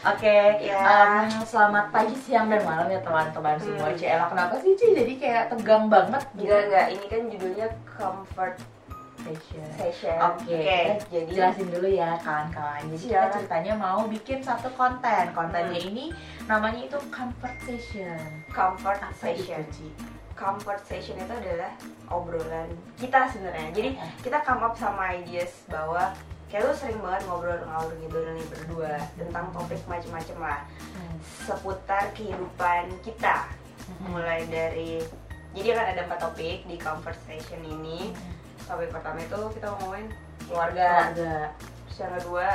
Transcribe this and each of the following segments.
Oke, Ya. selamat pagi, siang, dan malam ya teman-teman semua. Ciela, kenapa sih Ci? Jadi kayak tegang banget gitu. Enggak, ini kan judulnya comfort session. Oke, kita jadi jelasin dulu ya kawan-kawan. Jadi kita Silakan. ceritanya mau bikin satu kontennya ini namanya itu comfort session. comfort Apa session. itu, Ci? Comfort session itu adalah obrolan kita sebenarnya. Jadi kita come up sama ideas bahwa kayak lu sering banget ngobrol ngalur gitu nih berdua tentang topik macam-macam lah seputar kehidupan kita. Mulai dari jadi akan ada 4 topik di comfort session ini. Topik pertama itu kita ngomongin keluarga. Terus yang kedua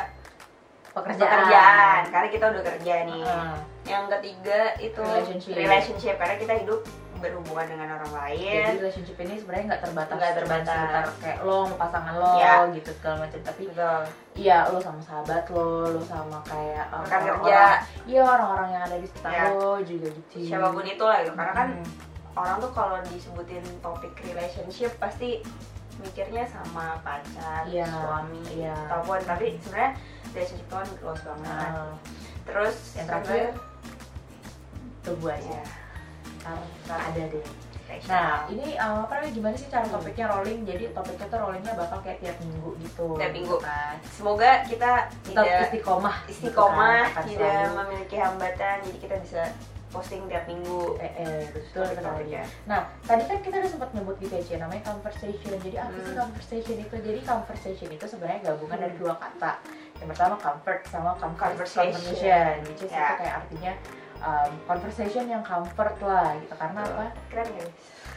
pekerjaan, karena kita udah kerja nih. Yang ketiga itu relationship karena kita hidup berhubungan dengan orang lain. Jadi relationship ini sebenarnya nggak terbatas Nggak kayak lo sama pasangan lo Ya. gitu segala macam, tapi Betul. iya lo sama sahabat lo sama kayak Rekan kerja. orang-orang, iya orang-orang yang ada di sekitar Ya. lo juga gitu. Siapapun itu lah gitu. Karena kan orang tuh kalau disebutin topik relationship pasti mikirnya sama pacar, Iya, suami, iya. ataupun tapi sebenarnya relationship itu kan luas banget. Terus yang terakhir tunggu aja, ya, ntar ada deh. spesial. Nah ini apa namanya, gimana sih cara topiknya rolling? Jadi topiknya tuh rollingnya bakal kayak tiap minggu gitu. Tiap minggu. Kan. Semoga kita Tetap tidak istiqomah, istiqomah, gitu kan, akan tidak selalu. memiliki hambatan, jadi kita bisa posting tiap minggu. Betul Topik-topiknya. sekali. Nah, tadi kan kita udah sempat nyebut gitu aja namanya conversation. Jadi apa sih conversation itu? Jadi conversation itu sebenarnya gabungan dari dua kata. Yang pertama comfort sama conversation, which is itu kayak artinya conversation yang comfort lah gitu. Karena apa? Keren guys.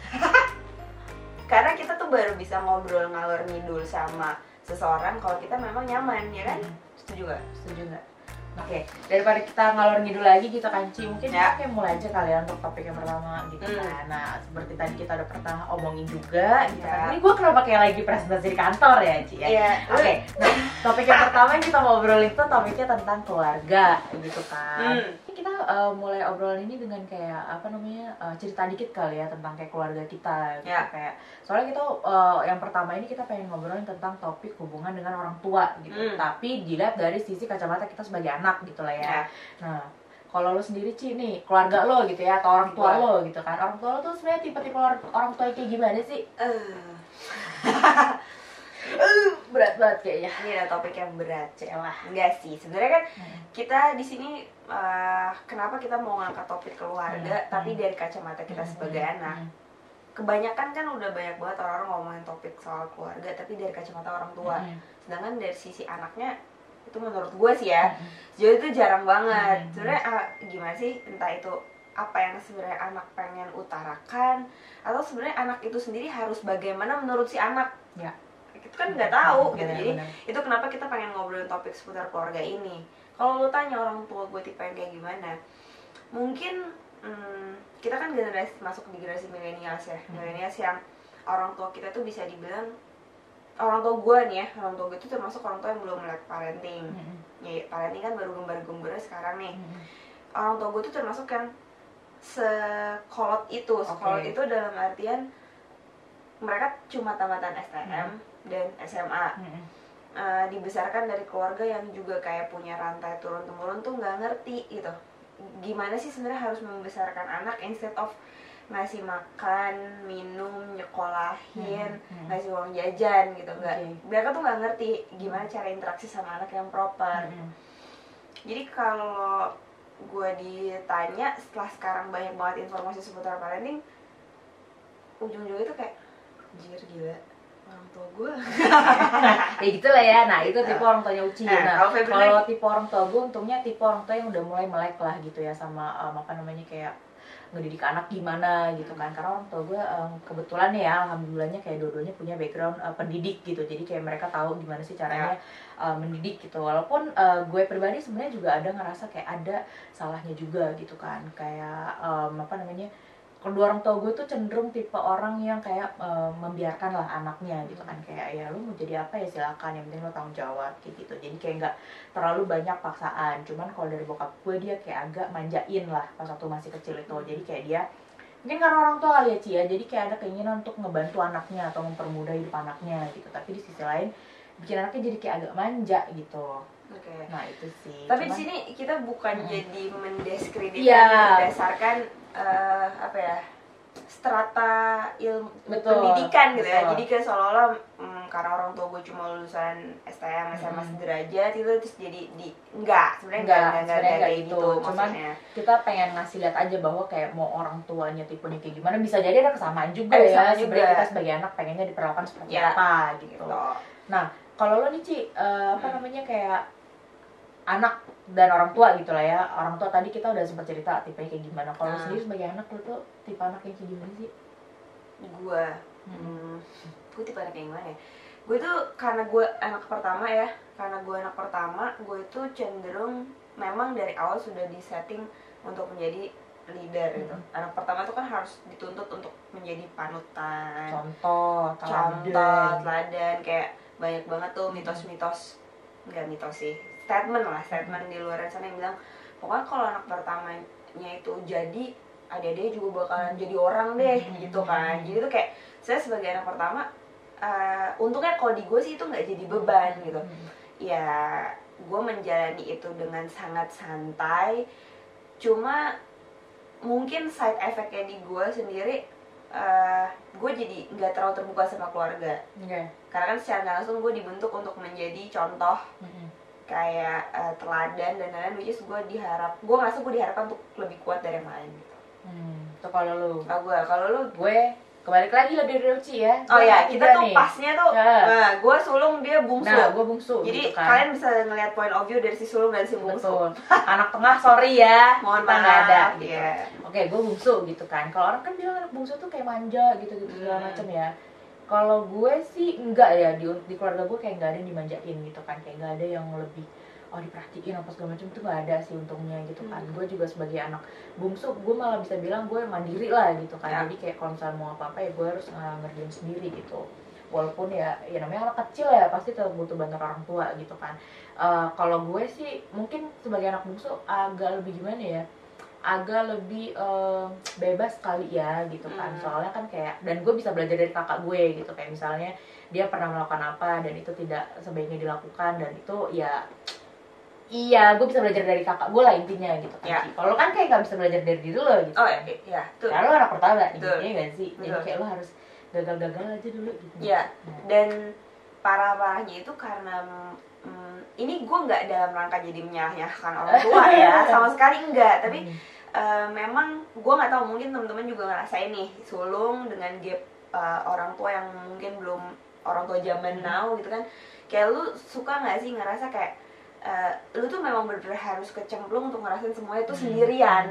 Karena kita tuh baru bisa ngobrol ngalor ngidul sama seseorang kalau kita memang nyaman, ya kan? Setuju gak? Setuju nggak? Oke, daripada kita ngalor ngidul lagi gitu kan Ci, mungkin Ya. kita kayak mulai aja kali ya untuk topik yang pertama gitu kan. Nah, seperti tadi kita udah pernah omongin juga gitu kan. Ini gue kenapa kayak lagi presentasi di kantor ya Ci ya? Iya. Oke, nah topik yang pertama yang kita mau obrolin itu topiknya tentang keluarga gitu kan. Kita mulai obrolan ini dengan kayak apa namanya, cerita dikit kali ya tentang kayak keluarga kita gitu. Ya. Kayak soalnya kita yang pertama ini kita pengen ngobrolin tentang topik hubungan dengan orang tua gitu, tapi dilihat dari sisi kacamata kita sebagai anak gitu lah ya. Nah, kalau lo sendiri Ci nih, keluarga lo gitu ya, atau orang tua lo gitu kan, orang tua lo tuh sebenarnya tipe-tipe orang tua kayak gimana sih? Berat banget kayaknya. Ini ada topik yang berat, lah. Enggak sih, sebenarnya kan kita di sini kenapa kita mau ngangkat topik keluarga, tapi dari kacamata kita sebagai anak. Kebanyakan kan udah banyak banget orang-orang ngomongin topik soal keluarga, tapi dari kacamata orang tua. Sedangkan dari sisi anaknya, itu menurut gue sih ya, sejauh itu jarang banget. Sebenarnya gimana sih, entah itu apa yang sebenarnya anak pengen utarakan, atau sebenarnya anak itu sendiri harus bagaimana menurut si anak. Ya. Itu kan nggak tahu gitu. Benar, Jadi benar. itu kenapa kita pengen ngobrolin topik seputar keluarga ini. Kalau lu tanya orang tua gue tipe yang kayak gimana, mungkin kita kan masuk di generasi milenials ya. Milenials yang orang tua kita tuh bisa dibilang, orang tua gue nih ya, orang tua gue itu termasuk orang tua yang belum melek parenting. Ya, parenting kan baru gembar-gembarnya sekarang nih. Orang tua gue tuh termasuk yang sekolot itu. Sekolot itu dalam artian mereka cuma tamatan STM dan SMA. Dibesarkan dari keluarga yang juga kayak punya rantai turun-temurun tuh nggak ngerti gitu. Gimana sih sebenarnya harus membesarkan anak instead of ngasih makan, minum, nyekolahin, ngasih uang jajan gitu. Mereka tuh nggak ngerti gimana cara interaksi sama anak yang proper. Jadi kalau gue ditanya setelah sekarang banyak banget informasi seputar parenting, ujung-ujungnya itu kayak anjir gila, orang tua gue. Ya gitu lah ya. Nah itu tipe orang tuanya Uci. Nah kalau kalau tipe orang tua gue untungnya tipe orang tua yang udah mulai melek lah gitu ya sama apa namanya kayak ngedidik anak gimana gitu kan. Karena orang tua gue kebetulan ya alhamdulillahnya kayak dua-duanya punya background pendidik gitu. Jadi kayak mereka tahu gimana sih caranya mendidik gitu. Walaupun gue pribadi sebenarnya juga ada ngerasa kayak ada salahnya juga gitu kan. Kayak apa namanya, kedua orang tua gue tuh cenderung tipe orang yang kayak membiarkan lah anaknya gitu kan. Kayak ya lu mau jadi apa ya silakan, yang penting lu tanggung jawab kayak gitu. Jadi kayak nggak terlalu banyak paksaan. Cuman kalau dari bokap gue dia kayak agak manjain lah pas waktu masih kecil itu. Jadi kayak dia mungkin karena orang tua kali ya Ci ya, jadi kayak ada keinginan untuk ngebantu anaknya atau mempermudah hidup anaknya gitu. Tapi di sisi lain bikin anaknya jadi kayak agak manja gitu. Oke. Nah itu sih. Tapi di Cuman, sini kita bukan jadi mendiskreditkan Iya. berdasarkan apa ya, strata ilmu Betul, pendidikan gitu ya. betul. Jadi kayak seolah-olah karena orang tua gue cuma lulusan STM, SMA sederajat itu terus jadi enggak, sebenarnya enggak kayak gitu Cuman maksudnya. kita pengen ngasih lihat aja bahwa kayak mau orang tuanya tipenya kayak gimana, bisa jadi ada kesamaan juga Kesamaan ya. juga. Sebenarnya kita sebagai anak pengennya diperlakukan seperti Ya, apa gitu. gitu. Nah, kalau lo nih Ci, apa namanya kayak anak dan orang tua gitu lah ya. Orang tua tadi kita udah sempat cerita tipenya kayak gimana. Kalau lo sendiri sebagai anak, lo tuh tipe anak yang kayak gimana sih? Gue tipe anak yang gimana ya? Gue tuh karena gue anak pertama ya, gue itu cenderung memang dari awal sudah disetting untuk menjadi leader gitu. Anak pertama tuh kan harus dituntut untuk menjadi panutan, Contoh, teladan, kayak banyak banget tuh mitos-mitos, nggak mitos sih, statement di luar sana yang bilang pokoknya kalau anak pertamanya itu jadi, adik-adiknya juga bakalan jadi orang deh gitu kan. Jadi tuh kayak saya sebagai anak pertama, untungnya kalau di gue sih itu nggak jadi beban gitu. Ya gue menjalani itu dengan sangat santai. Cuma mungkin side effect-nya di gue sendiri, gue jadi nggak terlalu terbuka sama keluarga. Karena kan secara nggak langsung gue dibentuk untuk menjadi contoh, kayak teladan dan lain-lain, which is gue ngerasa gue diharapkan untuk lebih kuat dari yang lain gitu. Itu kalau lu. Kalau lu, gue kebalik lagi lah dari Ruci ya. Oh ya, kita tuh nih. pasnya tuh, gue sulung, dia bungsu. Nah, gue bungsu. Jadi gitu kan. kalian bisa ngelihat point of view dari si sulung dan si bungsu. Betul. Anak tengah sorry ya, Mohon kita maaf, nggak ada gitu. Yeah. Oke, gue bungsu gitu kan. Kalau orang kan bilang anak bungsu tuh kayak manja gitu segala macam ya. Kalau gue sih enggak ya, di keluarga gue kayak nggak ada yang dimanjain gitu kan, kayak nggak ada yang lebih diperhatiin apa segala macam, itu nggak ada sih untungnya gitu kan. Gue juga sebagai anak bungsu, gue malah bisa bilang gue mandiri lah gitu kan. Jadi kayak kalau misalnya mau apa-apa ya gue harus ngerjain sendiri gitu. Walaupun ya namanya anak kecil ya pasti tetap butuh bantuan orang tua gitu kan. Kalau gue sih mungkin sebagai anak bungsu agak lebih gimana ya, agak lebih bebas kali ya gitu kan. Soalnya kan kayak, dan gue bisa belajar dari kakak gue gitu, kayak misalnya dia pernah melakukan apa dan itu tidak sebaiknya dilakukan, dan itu ya iya, gue bisa belajar dari kakak gue lah intinya gitu kan. Kalau kan kayak gak bisa belajar dari diri lo gitu. Oh iya, tuh. Karena lo anak pertama nih, iya gak sih? Jadi kayak lo harus gagal-gagal aja dulu gitu. Iya, dan parah-parahnya itu karena ini gue nggak dalam rangka jadi menyalahkan orang tua ya, sama sekali enggak. Tapi memang gue nggak tahu, mungkin teman-teman juga ngerasain nih, sulung dengan gap orang tua yang mungkin belum orang tua zaman now gitu kan. Kayak lu suka nggak sih ngerasa kayak lu tuh memang bener-bener harus kecemplung untuk ngerasain semuanya itu sendirian.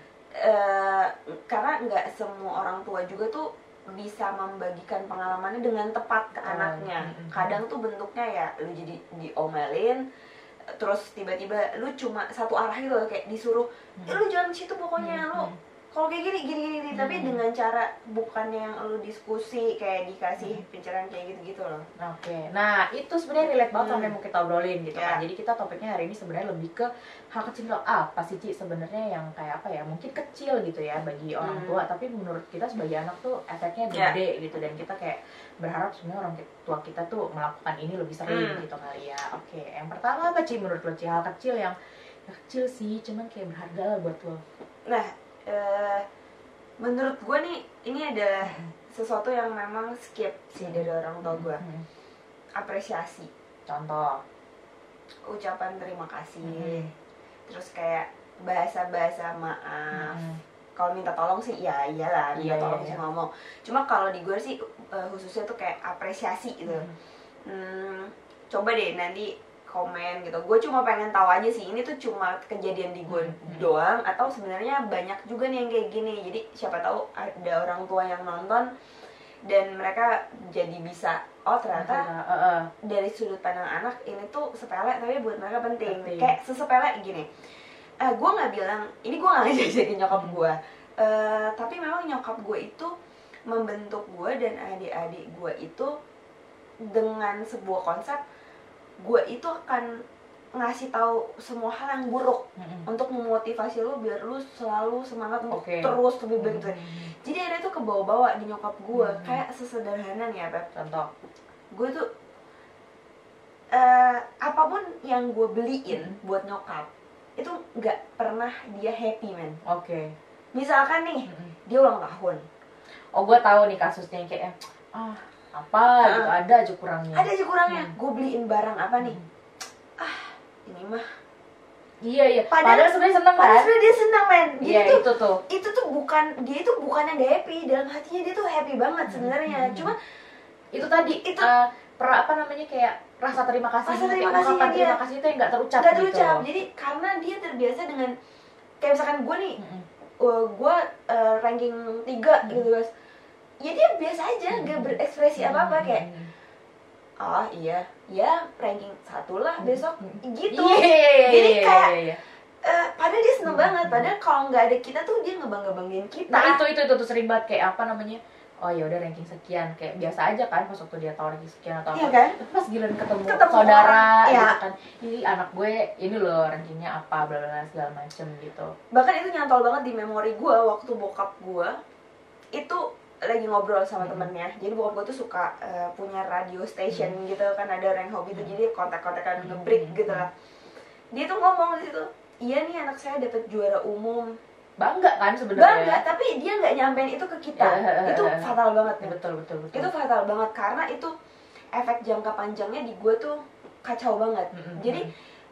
Karena nggak semua orang tua juga tuh bisa membagikan pengalamannya dengan tepat ke anaknya. Kadang tuh bentuknya ya lu jadi diomelin, terus tiba-tiba lu cuma satu arah gitu loh, kayak disuruh lu jangan situ pokoknya, lu kalau kayak gini, tapi dengan cara bukannya yang lu diskusi, kayak dikasih pencerahan kayak gitu-gitu loh. Oke, nah itu sebenarnya relate banget sama yang mau kita obrolin gitu kan. Jadi kita topiknya hari ini sebenarnya lebih ke hal kecil apa sih Ci sebenarnya yang kayak apa ya, mungkin kecil gitu ya bagi orang tua, tapi menurut kita sebagai anak tuh efeknya gede gitu, dan kita kayak berharap sebenarnya orang tua kita tuh melakukan ini lebih sering gitu kali ya. Oke, yang pertama apa Ci menurut lo Ci, hal kecil yang kecil sih cuman kayak berharga lah buat lo? Nah, menurut gue nih ini adalah sesuatu yang memang skip sih dari orang tua gue. Apresiasi. Contoh, ucapan terima kasih, terus kayak bahasa-bahasa maaf. Kalau minta tolong sih ya iyalah, minta tolong sih ngomong. Cuma kalau di gue sih khususnya tuh kayak apresiasi gitu. Coba deh nanti komen gitu. Gue cuma pengen tahu aja sih, ini tuh cuma kejadian di gue doang atau sebenarnya banyak juga nih yang kayak gini. Jadi siapa tahu ada orang tua yang nonton dan mereka jadi bisa, oh ternyata dari sudut pandang anak ini tuh sepele tapi buat mereka penting. Kayak sesepele gini, gue nggak bilang ini, gue nggak ngajakin nyokap gue, tapi memang nyokap gue itu membentuk gue dan adik-adik gue itu dengan sebuah konsep, gue itu akan ngasih tahu semua hal yang buruk untuk memotivasi lu biar lu selalu semangat untuk terus lebih baik gitu. Jadi ada itu ke bawah-bawah di nyokap gue, kayak sesederhana nih ya Beb. Contoh, gue tuh apapun yang gue beliin buat nyokap itu nggak pernah dia happy, men. Oke. Misalkan nih dia ulang tahun, Oh, gue tahu nih kasusnya yang kayak apa gitu, ada aja kurangnya. ada aja kurangnya. Gue beliin barang apa nih, ini mah. Iya. Padahal sebenarnya seneng kan? Padahal sebenarnya dia seneng, men. Iya, itu tuh bukan, dia itu bukan yang gak happy, dalam hatinya dia tuh happy banget sebenarnya. Cuma itu tadi apa namanya, kayak rasa terima kasih, ungkapan terima kasih itu yang nggak terucap gitu. Jadi karena dia terbiasa dengan kayak misalkan gue nih, gue ranking 3 gitu guys. Ya dia biasa aja, nggak berekspresi apa-apa, kayak iya ranking 1 lah besok gitu. Jadi kayak padahal dia seneng banget, padahal kalau nggak ada kita tuh dia ngebanggain kita. Nah itu tuh sering banget, kayak apa namanya, oh ya udah ranking sekian, kayak biasa aja kan pas waktu dia tahu ranking sekian atau apa. Kan? Tapi pas giliran ketemu saudara orang, gitu kan, ini anak gue ini loh rankingnya apa, bla bla segala macem gitu. Bahkan itu nyantol banget di memori gue waktu bokap gue itu lagi ngobrol sama temennya. Jadi bokap gue tuh suka punya radio station gitu kan, ada orang yang hobi tuh, jadi kontak-kontakan nge-break gitu lah. Dia tuh ngomong di situ, iya nih anak saya dapat juara umum. Bangga kan sebenarnya. Bangga, tapi dia nggak nyampein itu ke kita. Itu fatal banget ya. Betul. Itu fatal banget karena itu efek jangka panjangnya di gue tuh kacau banget. Jadi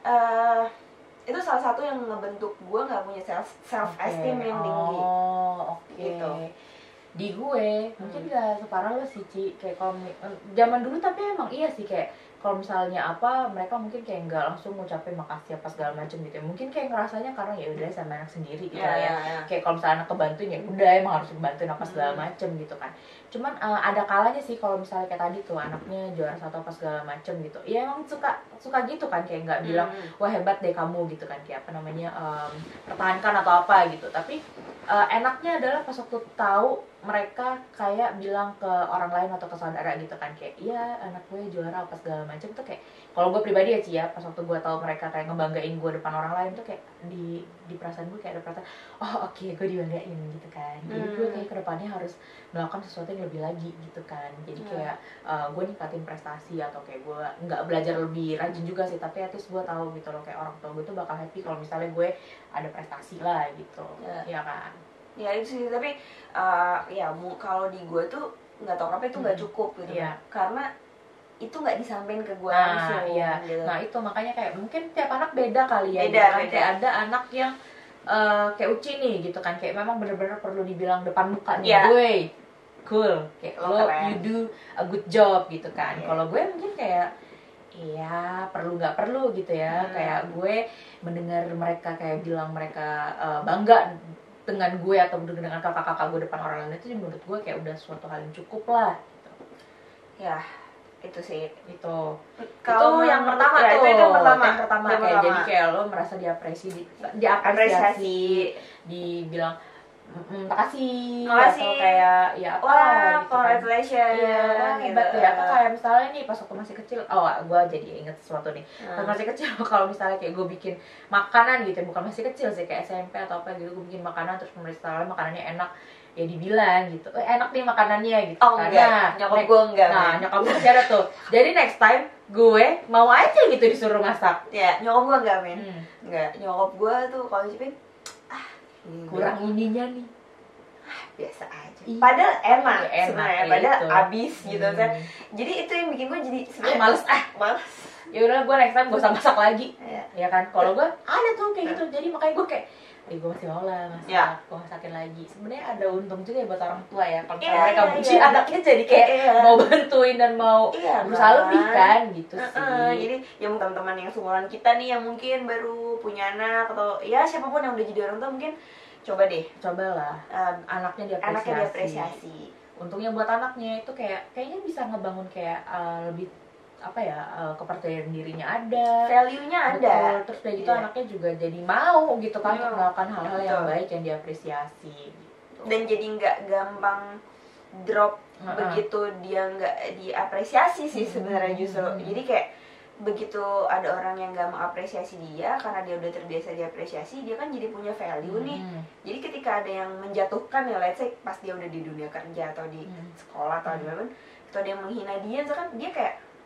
itu salah satu yang ngebentuk gue nggak punya self esteem yang tinggi. Gitu. Di gue mungkin gak separah lo sih, Ci. Kayak kalau zaman dulu, tapi emang iya sih, kayak kalau misalnya apa, mereka mungkin kayak nggak langsung ngucapin makasih apa segala macem gitu ya. Mungkin kayak ngerasanya karena ya udah sama anak sendiri gitu ya. Kayak kalau misalnya anak kebantuin ya udah emang harus dibantuin apa segala macem gitu kan. Cuman ada kalanya sih kalau misalnya kayak tadi tuh anaknya juara 1 apa segala macem gitu. Ya emang suka gitu kan, kayak nggak bilang wah hebat deh kamu gitu kan, kayak apa namanya, pertahankan atau apa gitu. Tapi enaknya adalah pas waktu tahu mereka kayak bilang ke orang lain atau ke saudara gitu kan, kayak iya anak gue juara apa segala macam tuh, kayak kalau gue pribadi ya Ci ya, pas waktu gue tahu mereka kayak ngebanggain gue depan orang lain tuh kayak di perasaan gue kayak ada perasaan oke, gue dibanggain gitu kan. Jadi gue kayak kedepannya harus melakukan sesuatu yang lebih lagi gitu kan. Jadi kayak gue ningkatin prestasi, atau kayak gue nggak belajar lebih rajin juga sih, tapi at least gue tahu gitu loh, kayak orang tua gue tuh bakal happy kalau misalnya gue ada prestasi lah gitu. Ya kan. Ya itu sih, tapi kalau di gue tuh nggak tau kenapa itu nggak cukup gitu. Karena itu nggak disampaikan ke gue langsung. Gitu. Nah itu makanya kayak mungkin tiap anak beda kali ya. Beda. Kayak ada anak yang kayak Uci nih gitu kan, kayak memang bener-bener perlu dibilang depan muka nih, gue cool, kayak lo you do a good job gitu kan. Kalau gue mungkin kayak perlu nggak perlu gitu ya. Kayak gue mendengar mereka kayak bilang mereka bangga dengan gue atau dengan kakak-kakak gue depan orang lain, itu menurut gue kayak udah suatu hal yang cukup lah gitu. Ya itu sih, itu yang pertama tuh, itu yang pertama kayak jadi kayak lo merasa diapresiasi, dibilang makasih atau kayak ya apa gitu congratulations kan. Hebat ya, atau kayak misalnya nih pas waktu masih kecil, gue jadi inget sesuatu nih. Pas masih kecil, kalau misalnya kayak gue bikin makanan gitu, bukan masih kecil sih, kayak SMP atau apa gitu, gue bikin makanan terus pemerintah makanannya enak, ya dibilang gitu, enak nih makanannya gitu. Karena nyokap gue enggak. Nah nyokap gue masih ada tuh, jadi next time gue mau aja gitu disuruh masak. Ya nyokap gue enggak, men. Enggak, nyokap gue tuh kalau nyicipin kurang ininya nih, biasa aja. Padahal enak sebenarnya, padahal abis gitu kan. Jadi itu yang bikin gue jadi males. Ya udah, gue next time gue masak lagi. Ya kan, kalau gue ada tuh kayak gitu. Jadi makanya gue kayak gue masih mau lah masak, gue masakin lagi. Sebenarnya ada untung juga ya buat orang tua ya, kalau misalnya mereka benci anaknya jadi kayak mau bantuin dan mau berusaha lebih kan gitu sih. Jadi yang teman-teman yang seumuran kita nih yang mungkin baru punya anak, atau ya siapapun yang udah jadi orang tua, mungkin cobalah anaknya diapresiasi. Untungnya buat anaknya itu kayaknya bisa ngebangun kayak lebih apa ya, kepercayaan dirinya ada, value-nya ada. Terus kayak gitu anaknya juga jadi mau gitu kan melakukan hal-hal yang baik yang diapresiasi gitu. Dan jadi nggak gampang drop begitu dia nggak diapresiasi sih sebenarnya justru. Jadi kayak begitu ada orang yang nggak mengapresiasi dia karena dia udah terbiasa diapresiasi, dia kan jadi punya value nih. Jadi ketika ada yang menjatuhkan ya, let's say pas dia udah di dunia kerja atau di sekolah atau di mana, atau dia menghina dia, kan dia kayak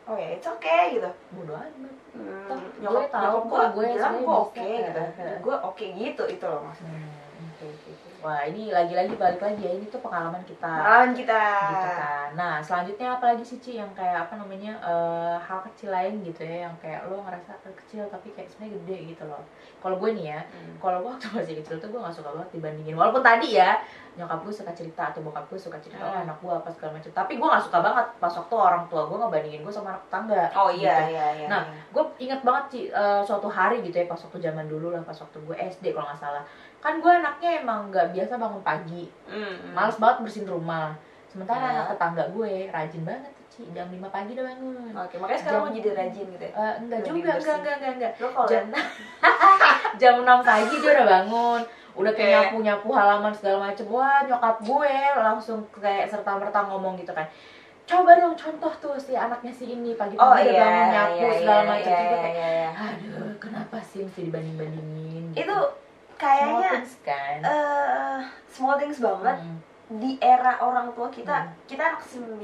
oh ya it's okay gitu. Bodoh amat. Nyokap tahu gue bilang gue oke bisa. gitu, gue oke gitu, itu loh maksudnya. Oke. Wah, ini lagi-lagi balik lagi ya, ini tuh pengalaman kita. Kita. Gitu kan. Nah, selanjutnya apa lagi sih, Ci, yang kayak apa namanya, hal kecil lain gitu ya, yang kayak lo ngerasa kecil tapi kayak sebenarnya gede gitu loh. Kalau gue nih ya, kalau gue waktu masih kecil tuh gue gak suka banget dibandingin. Walaupun tadi ya, nyokap gue suka cerita atau bokap gue suka cerita, oh anak gue apa segala macam. Tapi gue gak suka banget pas waktu orang tua gue ngebandingin gue sama anak tetangga. Oh iya, gitu. iya. Nah, gue inget banget, Ci, suatu hari gitu ya, pas waktu zaman dulu lah, pas waktu gue SD kalau nggak salah. Kan gue anaknya emang nggak biasa bangun pagi, males banget bersihin rumah. Sementara anak tetangga gue rajin banget tuh, Ci, jam 5 pagi udah bangun. Oke, makanya sekarang lo jadi rajin gitu ya? Enggak juga, enggak. Lo kalau Jam 6 pagi dia udah bangun, udah kayak nyapu halaman segala macem. Wah, nyokap gue langsung kayak serta-merta ngomong gitu kan, coba dong contoh tuh si anaknya si ini pagi-pagi udah bangun nyapu segala macam. Juga kayak aduh, kenapa sih mesti dibanding-bandingin gitu. Itu kayaknya small things, kan? Small things banget. Di era orang tua kita anak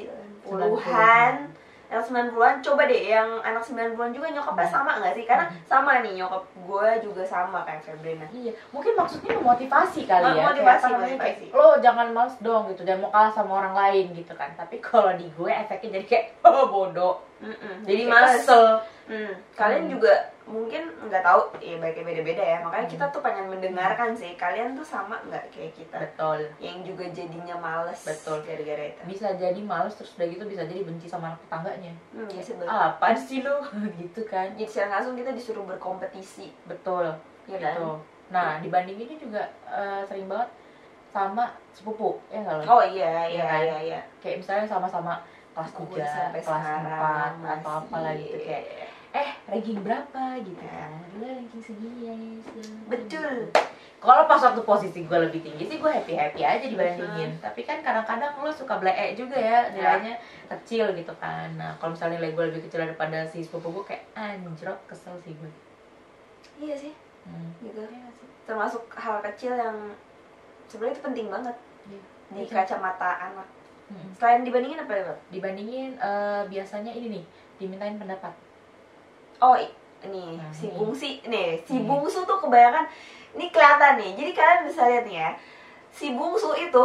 90-an, anak 90-an, coba deh yang anak 90-an juga nyokapnya sama nggak sih? Karena sama nih, nyokap gue juga sama kayak Febrina. Iya, mungkin maksudnya memotivasi kali ya. Motivasi. Kayak, lo jangan males dong gitu, jangan mau kalah sama orang lain gitu kan. Tapi kalau di gue efeknya jadi kayak bodoh. Jadi males. Kesel. Kalian juga mungkin nggak tahu, ya baiknya beda-beda ya. Makanya kita tuh pengen mendengarkan sih, kalian tuh sama nggak kayak kita? Betul. Yang juga jadinya males. Betul. Gara-gara itu. Bisa jadi males, terus udah gitu bisa jadi benci sama anak tetangganya. Ya sih, apaan sih lo? Gitu kan. Jadi secara langsung kita disuruh berkompetisi. Betul. Ya kan? Gitu. Nah, dibandinginnya juga sering banget sama sepupu, ya nggak lo? Oh iya. Kayak misalnya sama-sama kelas 3, kelas 4 atau apalah gitu, kayak ranking berapa gitu kan, lo ranking segini ya. Betul. Kalau pas waktu posisi gue lebih tinggi sih gue happy aja dibandingin. Tapi kan kadang-kadang lo suka blek juga ya, nilainya kecil gitu kan. Nah kalau misalnya nilai gue lebih kecil daripada si sepupu gue, kayak anjrot, kesel sih gue. Iya sih. Gitu. Iya sih. Termasuk hal kecil yang sebenarnya itu penting banget di kacamata anak. Selain dibandingin apa ya, Bang? Dibandingin biasanya ini nih, dimintain pendapat. Oh ini si bungsi nih, si bungsu tuh kebanyakan ini kelihatan nih. Jadi kalian bisa lihat nih ya, si bungsu itu,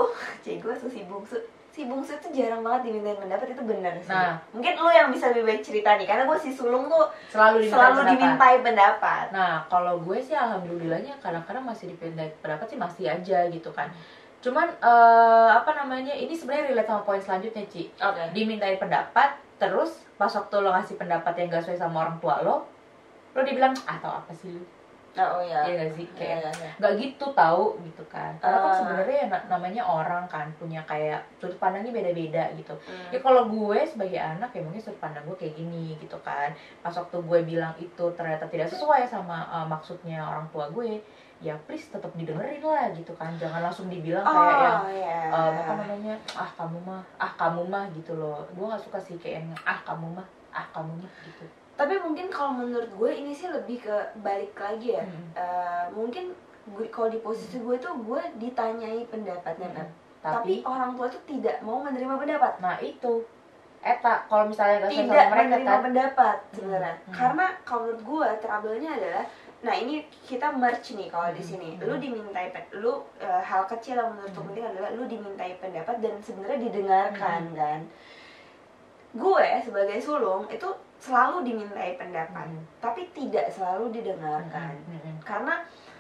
si bungsu itu jarang banget dimintain pendapat, itu benar sih. Nah, mungkin lu yang bisa lebih baik cerita nih, karena gue si sulung tuh selalu dimintai pendapat. Nah kalau gue sih alhamdulillahnya kadang-kadang masih dimintai pendapat sih, masih aja gitu kan. Cuman ini sebenarnya relate sama poin selanjutnya, Ci. Dimintain pendapat, terus pas waktu lo ngasih pendapat yang gak sesuai sama orang tua lo dibilang tau apa sih lu? Oh iya. Iya gak sih? Kayak gak gitu tahu gitu kan. Karena kan sebenarnya namanya orang kan punya kayak sudut pandangnya beda-beda gitu. Ya kalau gue sebagai anak ya mungkin sudut pandang gue kayak gini gitu kan. Pas waktu gue bilang itu ternyata tidak sesuai sama maksudnya orang tua gue, ya please tetap didengerin lah gitu kan. Jangan langsung dibilang kayak kamu mah gitu loh. Gue gak suka sih kayak yang kamu mah gitu. Tapi mungkin kalau menurut gue ini sih lebih ke balik lagi ya. Mungkin kalau di posisi gue tuh gue ditanyai pendapatnya kan. Tapi orang tua tuh tidak mau menerima pendapat. Nah itu kalau misalnya gak tidak sama mereka menerima pendapat sebenarnya. Karena kalau menurut gue trouble-nya adalah, nah ini kita merge nih kalau di sini. Lu dimintai hal kecil yang menurut penting adalah lu dimintai pendapat dan sebenarnya didengarkan kan. Gue sebagai sulung itu selalu dimintai pendapat, tapi tidak selalu didengarkan. Karena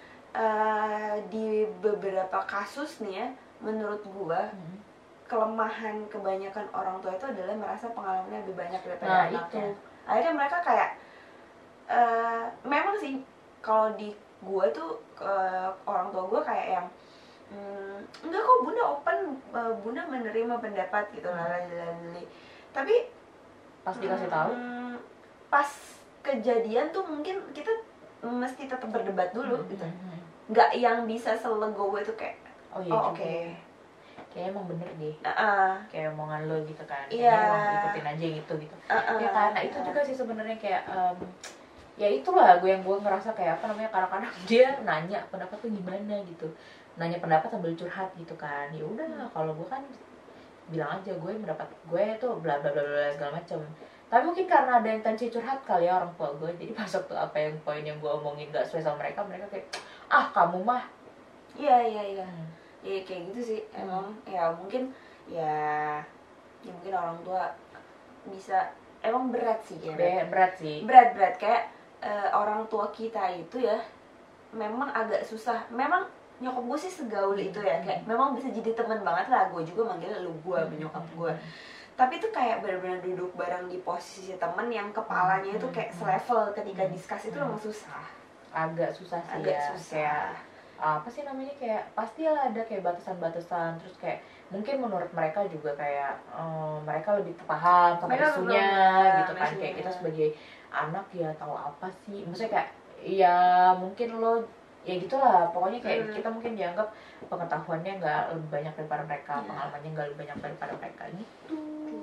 di beberapa kasus nih ya, menurut gue kelemahan kebanyakan orang tua itu adalah merasa pengalamannya lebih banyak daripada anaknya. Akhirnya mereka kayak memang sih kalau di gue tuh orang tua gue kayak yang enggak kok bunda open, bunda menerima pendapat gitu lalali. Tapi pas dikasih tahu, pas kejadian tuh mungkin kita mesti tetap berdebat dulu gitu. Nggak yang bisa selegowo itu kayak oke. Kayak emang bener deh. Kayak omongan lo gitu kan. Iya. Emang ikutin aja gitu. Ya karena itu juga sih sebenarnya kayak ya itulah gue ngerasa kayak kadang-kadang dia nanya pendapat tuh gimana gitu. Nanya pendapat sambil curhat gitu kan. Ya udah, kalau gue kan bilang aja gue pendapat gue tuh bla bla bla bla segala macem. Tapi mungkin karena ada intensi curhat kali ya orang tua gue, jadi pas waktu apa yang poin yang gue omongin gak sesuai sama mereka kayak kamu mah. Iya ya kayak gitu sih emang. Ya mungkin ya mungkin orang tua bisa emang berat sih ya. Berat kayak orang tua kita itu ya memang agak susah. Memang nyokap gue sih segaul itu ya, kayak memang bisa jadi teman banget lah. Gue juga manggilnya lu gue, nyokap gue. Tapi itu kayak benar-benar duduk bareng di posisi temen yang kepalanya itu kayak selevel ketika discuss itu memang susah. Agak susah sih. Agak susah. Kayak apa sih namanya, kayak pasti lah ada kayak batasan-batasan, terus kayak mungkin menurut mereka juga kayak mereka lebih paham sama isunya gitu kan. Kayak kita sebagai anak ya tahu apa sih, maksudnya kayak ya mungkin lo ya gitulah pokoknya kayak kita mungkin dianggap pengetahuannya nggak lebih banyak daripada mereka, pengalamannya nggak lebih banyak daripada mereka gitu.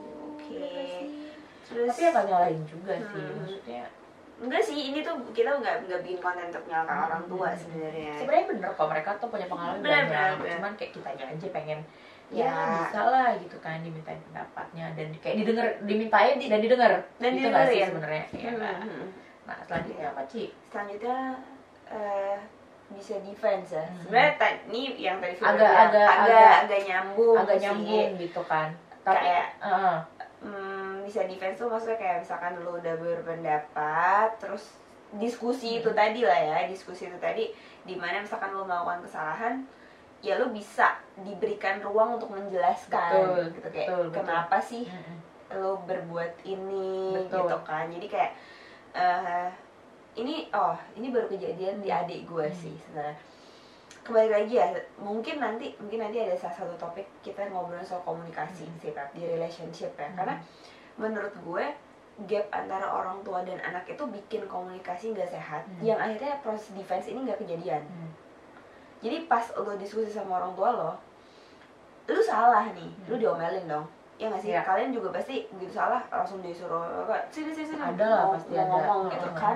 Terus, tapi ya nggak nyalahin juga sih, maksudnya enggak sih, ini tuh kita nggak bikin konten untuk nyalakan orang tua sebenarnya. Sebenarnya bener kok, mereka tuh punya pengalaman banyak, cuman kayak kitanya aja pengen ya bisa lah gitu kan, dimintain pendapatnya dan kayak dimintain dan didengar gitu nggak sih sebenarnya ya. Nah selanjutnya apa Ci? Selanjutnya bisa defense ya. Sebenarnya ini yang tadi agak nyambung gitu kan. Tapi kayak bisa defense tuh maksudnya kayak misalkan lu udah berpendapat, terus diskusi itu tadi lah ya, diskusi itu tadi dimana misalkan lu melakukan kesalahan, ya lu bisa diberikan ruang untuk menjelaskan gitu kayak kenapa sih lu berbuat ini gitu kan. Jadi kayak ini baru kejadian di adik gue sih sebenarnya. Kembali lagi ya, mungkin nanti ada salah satu topik kita ngobrol soal komunikasi sih di relationship ya. Karena menurut gue gap antara orang tua dan anak itu bikin komunikasi nggak sehat, yang akhirnya proses defense ini nggak kejadian. Jadi pas lo diskusi sama orang tua lo salah nih, lo diomelin dong. Ya nggak sih? Kalian juga pasti begitu salah langsung disuruh sini ada lah, pasti ngomong gitu kan.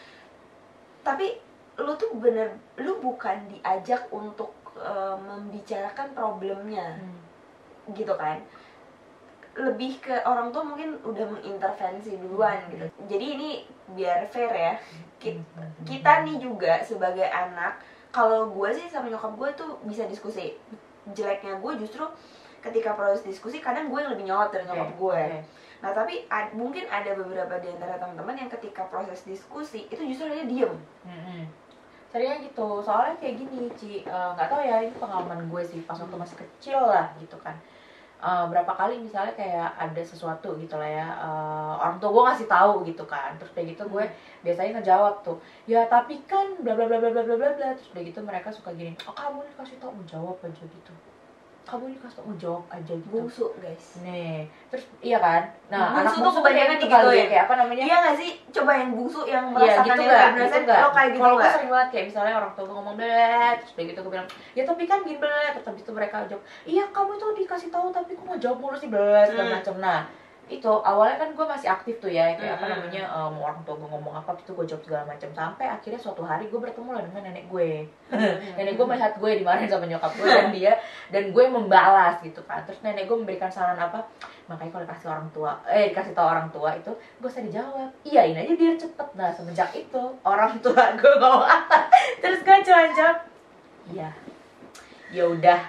Tapi lu tuh lu bukan diajak untuk membicarakan problemnya gitu kan. Lebih ke orang tua mungkin udah mengintervensi duluan gitu. Jadi ini biar fair ya, kita nih juga sebagai anak, kalau gue sih sama nyokap gue tuh bisa diskusi. Jeleknya gue justru ketika proses diskusi kadang gue yang lebih nyolot dari nyokap gue. Nah tapi mungkin ada beberapa di antara teman-teman yang ketika proses diskusi itu justru dia diem. Seringnya gitu, soalnya kayak gini Ci, nggak tahu ya, ini pengalaman gue sih pas waktu masih kecil lah gitu kan. Berapa kali misalnya kayak ada sesuatu gitu lah ya, orang tua gue ngasih tahu gitu kan, terus kayak gitu gue biasanya ngejawab tuh, ya tapi kan bla bla bla bla bla bla bla, terus kayak gitu mereka suka gini, kamu nih kasih tau, mau jawab aja gitu. Kamu ini kasih mau jawab aja gitu. Bungsu guys. Nih, terus iya kan? Nah, bungsu tuh kebanyakan gitu ya. Kayak apa namanya? Iya nggak sih? Coba yang bungsu yang merasakan gitu yang benar-benar lo kayak gitu. Kalau gue sering banget kayak misalnya orang tua gue ngomong belet, terus kayak gitu gue bilang, ya tapi kan gini belet, terus habis itu mereka jawab, iya kamu itu dikasih tahu tapi kok mau jawab mulu sih belet segala macam. Nah, itu awalnya kan gue masih aktif tuh ya, kayak apa namanya, mau orang tua gue ngomong apa gitu gue jawab segala macam, sampai akhirnya suatu hari gue bertemu lah dengan nenek gue. Nenek gue melihat gue dimarahin sama nyokap gue dan gue membalas gitu kan. Terus nenek gue memberikan saran apa, makanya kalau dikasih tahu orang tua itu gue usah dijawab, iyain aja biar cepet. Nah semenjak itu orang tua gue ngomong apa terus gue cuma jawab iya, ya udah,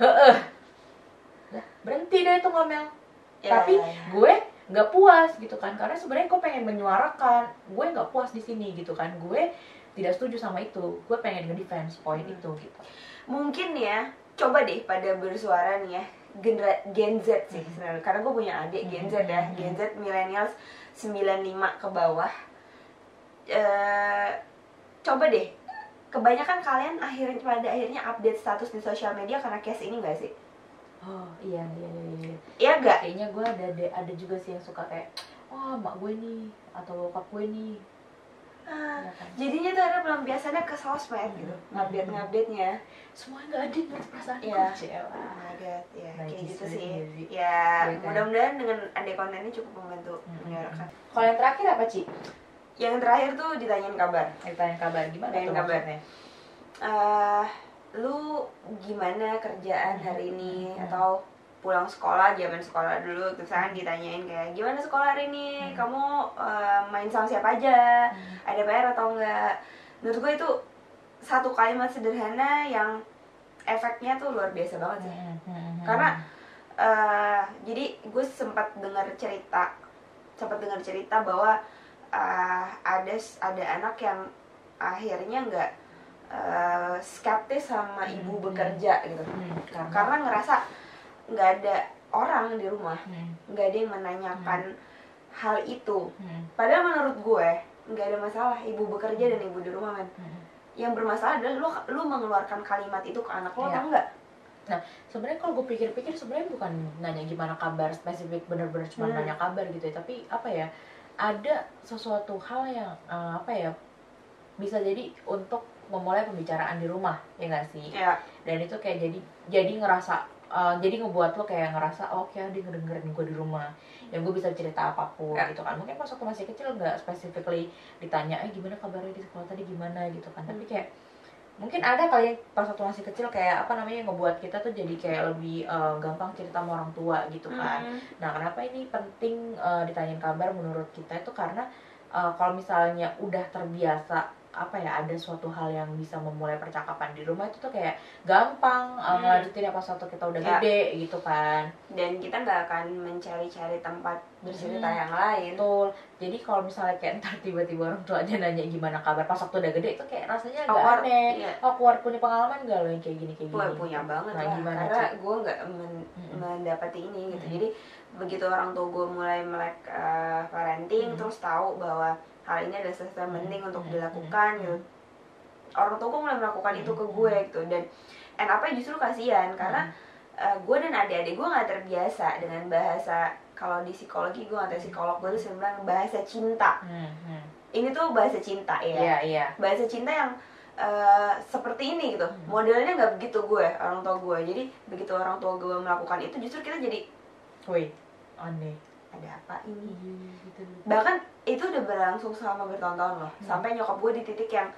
berhenti deh itu ngomel. Tapi gue nggak puas gitu kan, karena sebenarnya gue pengen menyuarakan, gue nggak puas di sini gitu kan, gue tidak setuju sama itu, gue pengen nge-defense poin itu gitu. Mungkin ya, coba deh pada bersuara nih ya, Gen Z sih sebenarnya, karena gue punya adik Gen Z ya, Gen Z millennials 95 ke bawah. Coba deh, kebanyakan kalian pada akhirnya update status di sosial media karena case ini nggak sih? Oh iya. Iya gak? Kayaknya gue ada juga sih yang suka kayak, mak gue nih atau bokap gue nih. Ya kan? Jadinya tuh ada pelampiasannya ke sosmed gitu, ngupdate-nya. Semuanya nggak adil buat perasaan ya. Ya Kayak gitu sih. Ya, mudah-mudahan dengan ada konten ini cukup membantu menyuarakan. Kalau yang terakhir apa Ci? Yang terakhir tuh ditanyain kabar. Gimana tuh kabarnya? Lu gimana kerjaan hari ini, atau pulang sekolah, zaman sekolah dulu terus kan ditanyain kayak gimana sekolah hari ini, kamu main sama siapa aja, ada PR atau enggak. Menurut gue itu satu kalimat sederhana yang efeknya tuh luar biasa banget sih. Karena jadi gue sempat dengar cerita bahwa ada anak yang akhirnya nggak skeptis sama ibu bekerja gitu, karena ngerasa nggak ada orang di rumah, nggak ada yang menanyakan hal itu. Padahal menurut gue nggak ada masalah ibu bekerja dan ibu di rumah, men. Yang bermasalah adalah lu mengeluarkan kalimat itu ke anak lo atau enggak. Nah, sebenarnya kalau gue pikir-pikir sebenarnya bukan nanya gimana kabar spesifik, bener-bener cuma nanya kabar gitu ya, tapi apa ya, ada sesuatu hal yang apa ya, bisa jadi untuk memulai pembicaraan di rumah, ya nggak sih? Dan itu kayak jadi ngerasa jadi ngebuat lo kayak ngerasa oke, dia ngedengerin gue di rumah, yang gue bisa cerita apapun gitu kan. Mungkin pas waktu masih kecil nggak specifically ditanya gimana kabarnya di sekolah tadi gimana gitu kan, tapi kayak mungkin ada kali pas waktu masih kecil kayak apa namanya ngebuat kita tuh jadi kayak lebih gampang cerita sama orang tua gitu kan. Nah, kenapa ini penting ditanyain kabar menurut kita itu karena kalau misalnya udah terbiasa apa ya, ada suatu hal yang bisa memulai percakapan di rumah itu tuh kayak gampang ngelanjutin pas waktu kita udah gede gitu kan. Dan kita nggak akan mencari-cari tempat bercerita yang lain. Betul. Jadi kalau misalnya kayak ntar tiba-tiba orang tua aja nanya gimana kabar pas waktu udah gede, itu kayak rasanya agak aneh. Keluar punya pengalaman gak lo yang kayak gini? Punya banget lah, karena gue nggak mendapati ini gitu. Jadi begitu orang tua gue mulai melek parenting, terus tahu bahwa hal ini adalah sesuatu yang penting untuk dilakukan gitu, orang tua gue mulai melakukan itu ke gue gitu. Dan apa justru kasihan karena gue dan adik-adik gue nggak terbiasa dengan bahasa, kalau di psikologi gue nggak tahu, psikolog gue tuh sering bilang bahasa cinta. Ini tuh bahasa cinta ya. Bahasa cinta yang seperti ini gitu. Modelnya nggak begitu orang tua gue. Jadi begitu orang tua gue melakukan itu, justru kita jadi wait, aneh, ada apa ini gitu. Bahkan itu udah berlangsung selama bertahun-tahun loh. Sampai nyokap gue di titik yang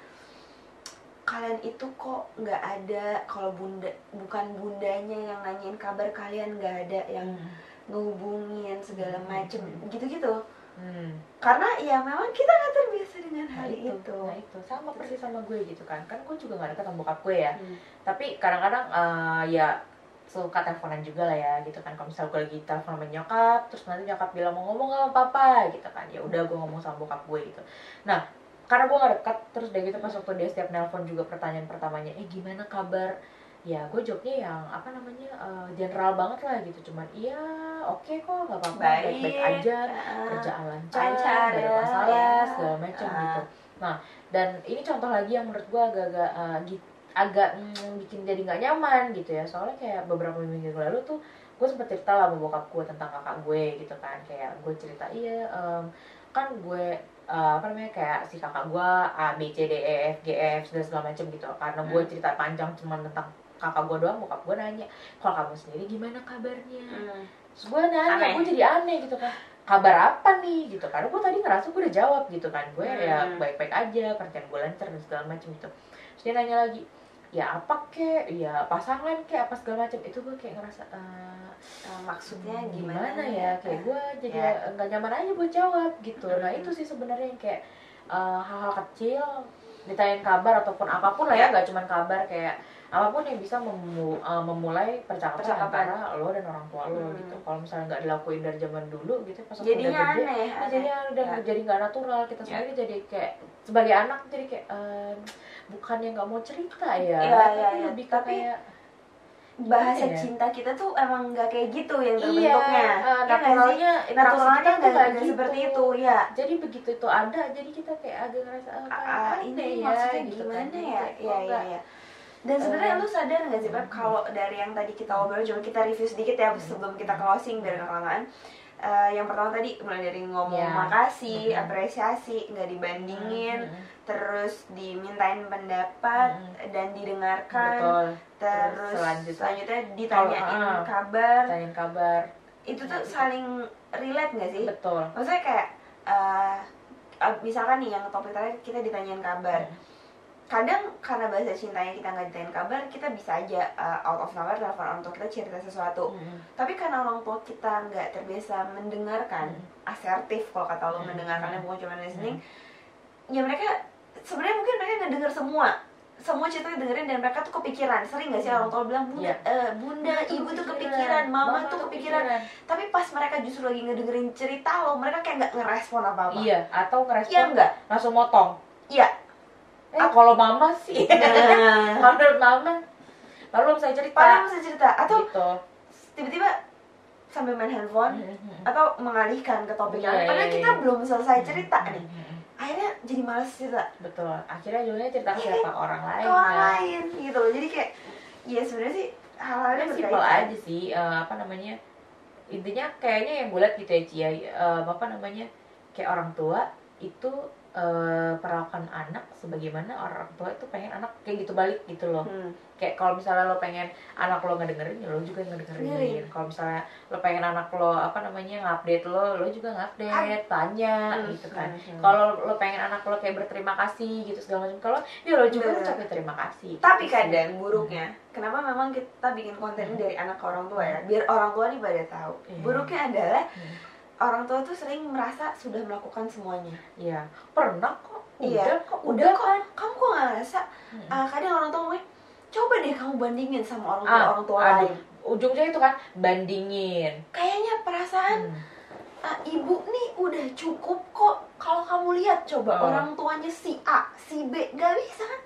kalian itu kok nggak ada, kalau bukan bundanya yang nanyain kabar kalian, nggak ada yang ngehubungin segala macem gitu-gitu. Karena ya memang kita nggak terbiasa dengan hal itu. Nah itu sama persis sama gue gitu kan gue juga nggak dekat sama bokap gue ya. Tapi kadang-kadang ya suka teleponan juga lah ya gitu kan. Kalau misalnya gue lagi telepon sama nyokap, terus nanti nyokap bilang mau ngomong sama papa gitu kan, ya udah gue ngomong sama bokap gue gitu. Nah karena gue gak dekat, terus udah gitu pas waktu dia setiap nelpon juga pertanyaan pertamanya gimana kabar, ya gue jawabnya yang apa namanya general banget lah gitu, cuman iya oke kok, nggak apa-apa, baik-baik aja, kerjaan lancar, gak ada masalah segala macam gitu. Nah dan ini contoh lagi yang menurut gue agak bikin jadi nggak nyaman gitu ya, soalnya kayak beberapa minggu lalu tuh gue sempet cerita lah sama bokap gue tentang kakak gue gitu kan, kayak gue cerita kan gue apa namanya kayak si kakak gue A B C D E F G F segala macam gitu. Karena gue cerita panjang cuma tentang kakak gue doang, bokap gue nanya kalau kamu sendiri gimana kabarnya. Terus gue nanya, gue jadi aneh gitu kan, kabar apa nih gitu, karena gue tadi ngerasa gue udah jawab gitu kan, gue ya baik-baik aja, kerjaan gue lancar dan segala macam gitu. Terus dia nanya lagi, ya apa kek, ya pasangan kek, apa segala macam. Itu gue kayak ngerasa maksudnya gimana ya, kayak gue jadi nggak nyaman aja buat jawab gitu. Nah itu sih sebenarnya yang kayak hal-hal kecil ditanyain kabar ataupun apapun lah ya, nggak cuma kabar, kayak apapun yang bisa memulai percakapan antara lo dan orang tua lo gitu. Kalau misalnya nggak dilakuin dari zaman dulu gitu, pas udah gede jadinya udah jadi nggak natural. Kita sendiri jadi kayak sebagai anak jadi kayak bukannya nggak mau cerita ya, tapi lebih kayak bahasa cinta kita tuh emang nggak kayak gitu yang terbentuknya. Naturalnya nggak seperti itu ya. Jadi begitu itu ada, jadi kita kayak agak ngerasa ini maksudnya gitu gimana kan? Ya. Dan sebenarnya lu sadar nggak sih Pep, kalau dari yang tadi kita obrol, coba kita review sedikit ya sebelum kita closing biar nggak kelamaan. Yang pertama tadi mulai dari ngomong makasih, apresiasi, nggak dibandingin, terus dimintain pendapat dan didengarkan. Terus selanjutnya ditanyain kabar. Itu tuh saling relate nggak sih? Betul. Maksudnya kayak misalkan nih yang topik tadi kita ditanyain kabar. kadang karena bahasa cintanya kita nggak ditanyain kabar, kita bisa aja out of nowhere telepon orang tua kita cerita sesuatu. Tapi karena orang tua kita nggak terbiasa mendengarkan, asertif kalau kata lo, mendengarkannya bukan cuma listening, ya mereka sebenarnya mungkin mereka nggak dengar semua cerita dengerin, dan mereka tuh kepikiran. Sering nggak sih orang tua bilang, bunda, ibu tuh kepikiran, mama tuh kepikiran. Tapi pas mereka justru lagi ngedengerin cerita lo, mereka kayak nggak ngerespon apa-apa. Iya, atau ngerespon Iya nggak? langsung motong. Iya. Kalau mama sih, menurut mama, baru bisa cerita. Atau gitu. tiba-tiba sambil main handphone atau mengalihkan ke topik Iya, lain. Padahal iya, kita iya. belum selesai cerita nih. Akhirnya jadi malas cerita Betul. Akhirnya judulnya cerita ke siapa orang lain. ke orang kan. lain gitu loh. Jadi kayak ya sebenarnya sih hal-halnya Simpel berkaitan. aja sih, apa namanya, intinya kayaknya yang gue liat gitu ya Cia, apa namanya, kayak orang tua itu perlakukan anak sebagaimana orang tua itu pengen anak kayak gitu balik gitu loh. Kayak kalau misalnya lo pengen anak lo ngedengerin, ya lo juga ngedengerin. Kalau misalnya lo pengen anak lo apa namanya ngupdate lo juga ngupdate, tanya gitu kan. Kalau lo pengen anak lo kayak berterima kasih gitu segala macam, kalau ya lo juga ucapin terima kasih. Tapi gitu kadang sih. buruknya, kenapa memang kita bikin konten ini dari anak ke orang tua ya, biar orang tua nih pada tahu. Buruknya adalah orang tua tuh sering merasa sudah melakukan semuanya. Iya, pernah kok. Udah kok. Kamu kok nggak ngerasa? Kadang orang tua ngomong, coba deh kamu bandingin sama orang tua lain. Ujungnya itu kan bandingin. Kayaknya perasaan ibu nih udah cukup kok. Kalau kamu lihat coba orang tuanya si A, si B, gak bisa kan?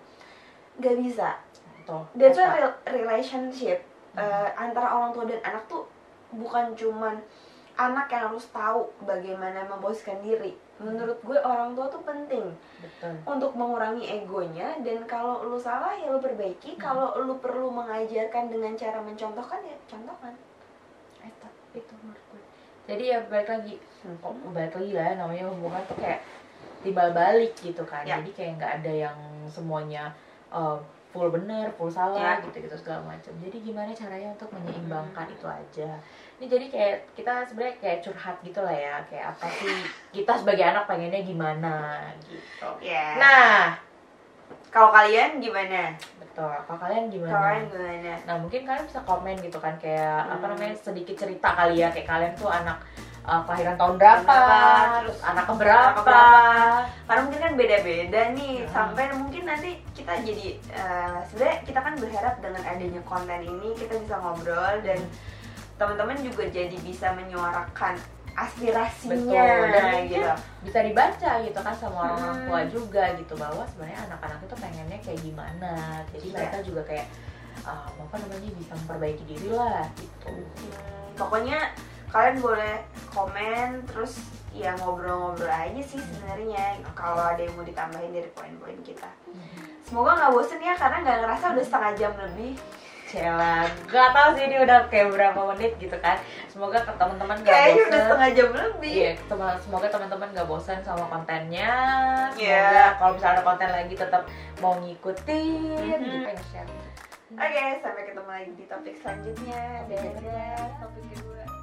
Gak bisa. That's why relationship antara orang tua dan anak tuh bukan cuman anak yang harus tahu bagaimana memposisikan diri. Menurut gue orang tua tuh penting. Betul. Untuk mengurangi egonya, dan kalau lu salah ya lu perbaiki. Kalau lu perlu mengajarkan dengan cara mencontohkan, ya contohkan. Itu menurut gue. Jadi ya balik lagi lah ya, namanya hubungan tuh kayak timbal balik gitu kan. Jadi kayak nggak ada yang semuanya full bener, full salah gitu segala macam. Jadi gimana caranya untuk menyeimbangkan itu aja. Ini jadi kayak kita sebenarnya kayak curhat gitu lah ya, kayak apa sih kita sebagai anak pengennya gimana gitu. Nah, kalau kalian gimana? Betul. Kalau kalian gimana? Nah, Nah, mungkin kalian bisa komen gitu kan, kayak apa namanya, sedikit cerita kali ya, kayak kalian tuh anak kelahiran tahun berapa, terus anak keberapa. Karena mungkin kan beda-beda nih, sampai mungkin nanti kita jadi sebenarnya kita kan berharap dengan adanya konten ini kita bisa ngobrol dan teman-teman juga jadi bisa menyuarakan aspirasinya. Betul. Dan gitu. Bisa dibaca gitu kan sama orang tua juga gitu, bahwa sebenarnya anak-anak itu pengennya kayak gimana. Jadi mereka juga kayak apa namanya, bisa memperbaiki diri lah gitu. Pokoknya kalian boleh komen, terus ya ngobrol-ngobrol aja sih sebenarnya. Kalau ada yang mau ditambahin dari poin-poin kita. Semoga nggak bosen ya, karena nggak ngerasa udah setengah jam lebih. Cela, gak tau sih ini udah kayak berapa menit gitu kan. Semoga teman-teman gak Kayaknya bosan. udah setengah jam lebih. Iya, semoga teman-teman gak bosan sama kontennya. Semoga kalau misalnya ada konten lagi tetap mau ngikutin gitu, share. Oke, sampai ketemu lagi di topik selanjutnya. Dadah, topik kedua.